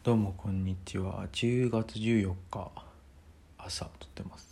どうもこんにちは。10月14日朝撮ってます。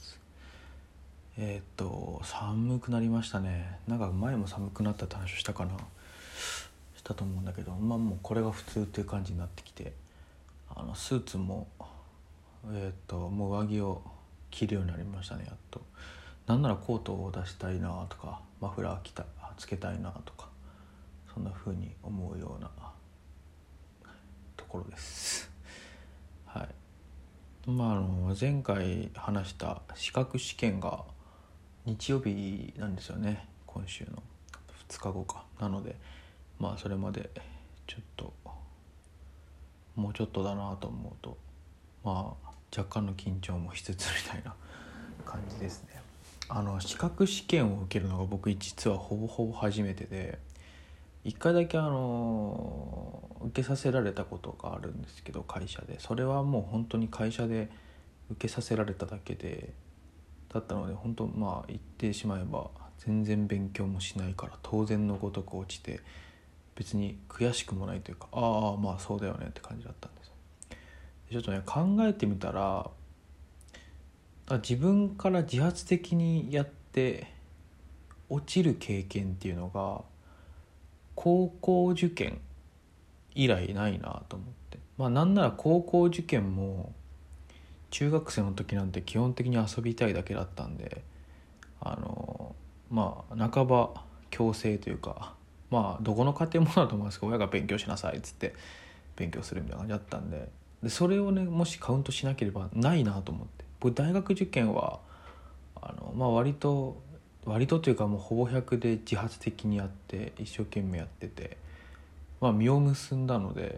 寒くなりましたね。なんか前も寒くなったって話をしたと思うんだけど、もうこれが普通っていう感じになってきて、スーツももう上着を着るようになりましたね。やっと。なんならコートを出したいなとか、マフラーつけたいなとか、そんな風に思うようなところです。はい。前回話した資格試験が日曜日なんですよね。今週の2日後か。なのでそれまでちょっともうちょっとだなと思うと若干の緊張もしつつみたいな感じですね。資格試験を受けるのが僕実はほぼほぼ初めてで、一回だけ受けさせられたことがあるんですけど、会社で。それはもう本当に会社で受けさせられただけだったので、本当言ってしまえば全然勉強もしないから当然のごとく落ちて、別に悔しくもないというか、そうだよねって感じだったんです。ちょっとね、考えてみたら自分から自発的にやって落ちる経験っていうのが高校受験以来ないなと思って、なんなら高校受験も中学生の時なんて基本的に遊びたいだけだったんで、半ば強制というか、どこの家庭もだと思うんですけど、親が勉強しなさいっつって勉強するみたいな感じだったんで、それをねもしカウントしなければないなと思って、僕大学受験は割とというかもうほぼ100で自発的にやって一生懸命やってて、実を結んだので、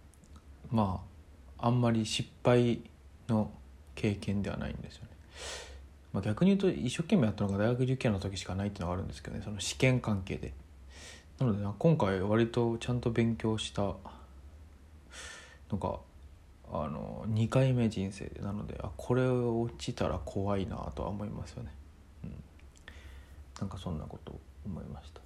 あんまり失敗の経験ではないんですよね。逆に言うと一生懸命やったのが大学受験の時しかないっていうのがあるんですけどね、その試験関係で。なので今回割とちゃんと勉強したのが2回目人生で、なのでこれ落ちたら怖いなとは思いますよね。なんかそんなことを思いました。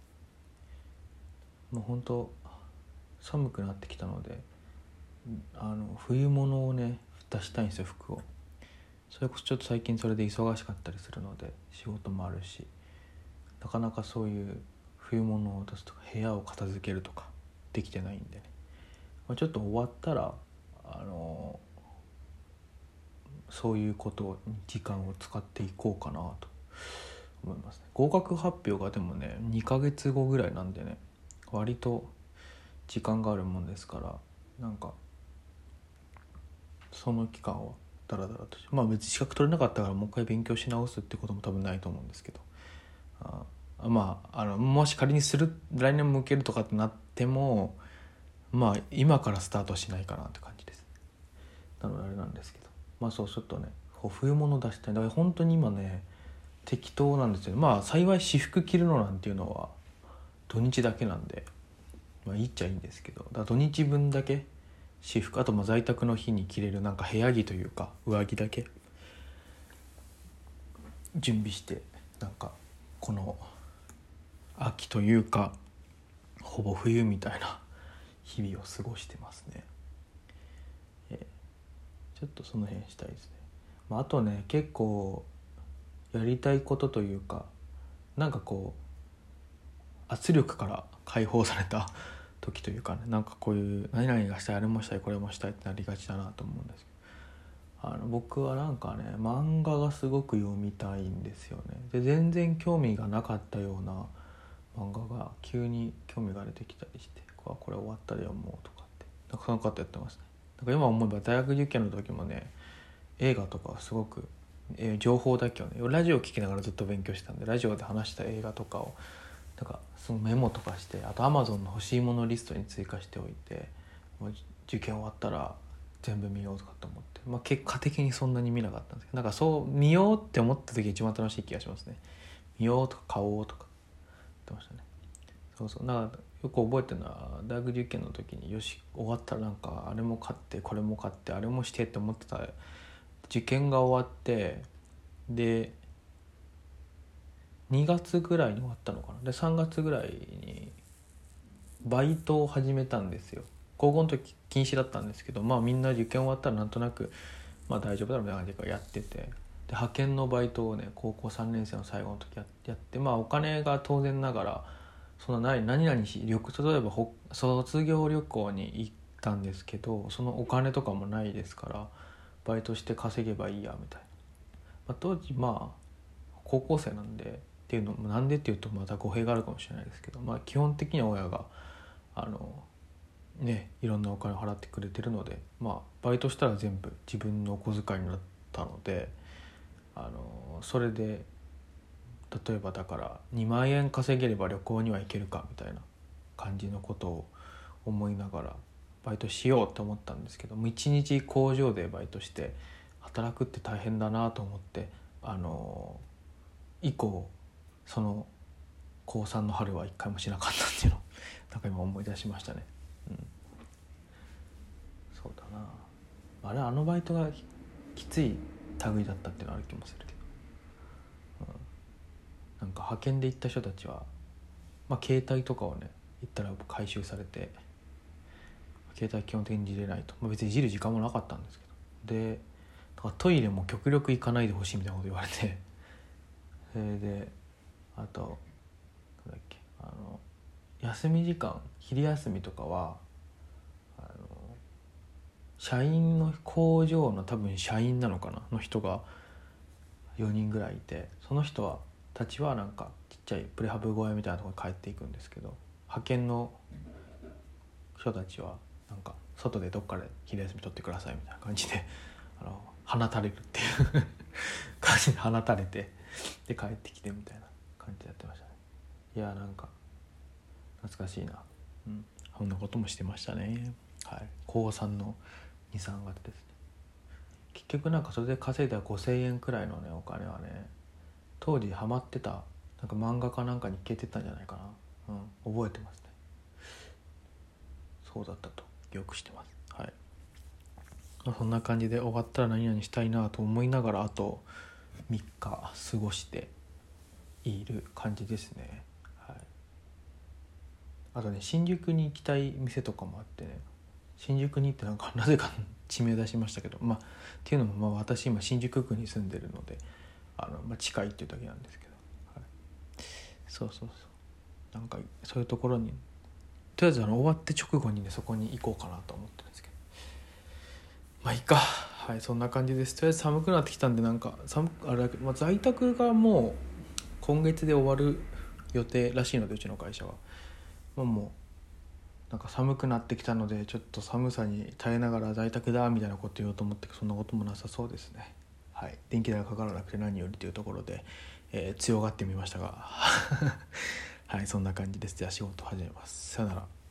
もう本当寒くなってきたので冬物をね出したいんですよ、服を。それこそちょっと最近それで忙しかったりするので、仕事もあるし、なかなかそういう冬物を出すとか部屋を片付けるとかできてないんでね、ちょっと終わったらそういうことに時間を使っていこうかなと思いますね。合格発表がでもね2ヶ月後ぐらいなんでね、割と時間があるもんですから、なんかその期間はダラダラとして、別に資格取れなかったからもう一回勉強し直すってことも多分ないと思うんですけど、もし仮に来年も受けるとかってなっても今からスタートしないかなって感じです。なのであれなんですけど、そうちょっとね冬物出したい。だから本当に今ね適当なんですよね。幸い私服着るのなんていうのは土日だけなんでいいっちゃいいんですけど、だから土日分だけ私服、あと在宅の日に着れるなんか部屋着というか上着だけ準備して、なんかこの秋というかほぼ冬みたいな日々を過ごしてますね。ちょっとその辺したいですね。あとね結構やりたいことというか、なんか圧力から解放された時というかね、なんかこういう何々がしたい、あれもしたい、これもしたいってなりがちだなと思うんですけど、僕はなんかね漫画がすごく読みたいんですよね。で全然興味がなかったような漫画が急に興味が出てきたりして、これ終わったら読もうとかってなんかその方やってますね。なんか今思えば大学受験の時もね映画とかすごく、情報だけをねラジオを聞きながらずっと勉強してたんで、ラジオで話した映画とかをなんかそのメモとかして、あと Amazon の欲しいものリストに追加しておいて、もう受験終わったら全部見ようとかと思って、結果的にそんなに見なかったんですけど、なんかそう見ようって思った時一番楽しい気がしますね。見ようとか買おうとか言ってましたね。そうなんかよく覚えてるのは、大学受験の時によし終わったらなんかあれも買ってこれも買ってあれもしてって思ってた受験が終わって、で2月ぐらいに終わったのかな。で3月ぐらいにバイトを始めたんですよ。 高校の時禁止だったんですけど、まあみんな受験終わったらなんとなくまあ大丈夫だろうみたいな感じでやってて、で派遣のバイトをね高校3年生の最後の時やって、まあお金が当然ながらそんな何々し例えば卒業旅行に行ったんですけど、そのお金とかもないですからバイトして稼げばいいやみたいな、まあ、当時まあ高校生なんでっていうのもなんでっていうとまた語弊があるかもしれないですけど、まあ基本的には親がいろんなお金を払ってくれてるので、まあバイトしたら全部自分のお小遣いになったので、それで例えばだから2万円稼げれば旅行には行けるかみたいな感じのことを思いながらバイトしようと思ったんですけども、一日工場でバイトして働くって大変だなと思って以降その高3の春は一回もしなかったっていうのをなんか今思い出しましたね。そうだな、あのバイトがきつい類だったっていうのはある気もするけど、なんか派遣で行った人たちは、まあ、携帯とかをね行ったら回収されて携帯基本的にいじれないと、まあ、別にいじる時間もなかったんですけど、でだからトイレも極力行かないでほしいみたいなこと言われて、それであとなんだっけ休み時間昼休みとかは社員の工場の多分社員なのかなの人が4人ぐらいいて、その人たちはなんかちっちゃいプレハブ小屋みたいなところに帰っていくんですけど、派遣の人たちはなんか外でどっかで昼休み取ってくださいみたいな感じで放たれるっていう感じで放たれてで帰ってきてみたいな感じでやってましたね。いやなんか懐かしいな、そんなこともしてましたね。はい、高3の2、3月ですね。結局なんかそれで稼いだ5,000円くらいのねお金はね、当時ハマってたなんか漫画かなんかに消えてたんじゃないかな、覚えてますね。そうだったと記憶してます。はい、そんな感じで終わったら何々したいなと思いながらあと3日過ごしている感じですね。はい、あとね新宿に行きたい店とかもあってね、新宿にってなんかなぜか地名出しましたけど、まあっていうのもまあ私今新宿区に住んでるので近いっていうだけなんですけど、はい、そうなんかそういうところにとりあえず終わって直後にねそこに行こうかなと思ってるんですけど、まあいいか。はい、そんな感じです。とりあえず寒くなってきたんでなんか在宅がもう今月で終わる予定らしいのでうちの会社は、もうなんか寒くなってきたのでちょっと寒さに耐えながら在宅だみたいなこと言おうと思ってそんなこともなさそうですね。はい、電気代がかからなくて何よりというところで、強がってみましたがはい、そんな感じです。じゃあ仕事始めます。さよなら。